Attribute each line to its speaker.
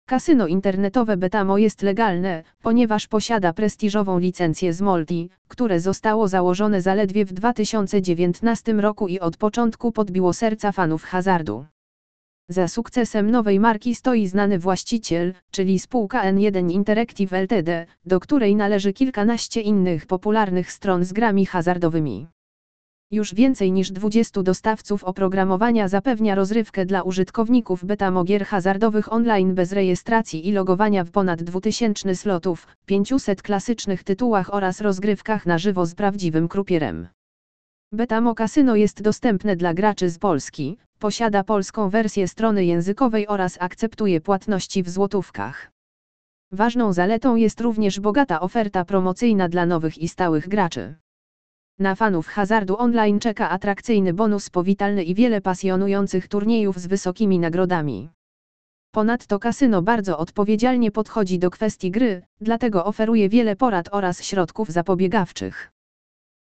Speaker 1: Kasyno internetowe Betamo jest legalne, ponieważ posiada prestiżową licencję z Malty, które zostało założone zaledwie w 2019 roku i od początku podbiło serca fanów hazardu. Za sukcesem nowej marki stoi znany właściciel, czyli spółka N1 Interactive Ltd., do której należy kilkanaście innych popularnych stron z grami hazardowymi. Już więcej niż 20 dostawców oprogramowania zapewnia rozrywkę dla użytkowników Betamo gier hazardowych online bez rejestracji i logowania w ponad 2000 slotów, 500 klasycznych tytułach oraz rozgrywkach na żywo z prawdziwym krupierem. Betamo Kasyno jest dostępne dla graczy z Polski, posiada polską wersję strony językowej oraz akceptuje płatności w złotówkach. Ważną zaletą jest również bogata oferta promocyjna dla nowych i stałych graczy. Na fanów hazardu online czeka atrakcyjny bonus powitalny i wiele pasjonujących turniejów z wysokimi nagrodami. Ponadto kasyno bardzo odpowiedzialnie podchodzi do kwestii gry, dlatego oferuje wiele porad oraz środków zapobiegawczych.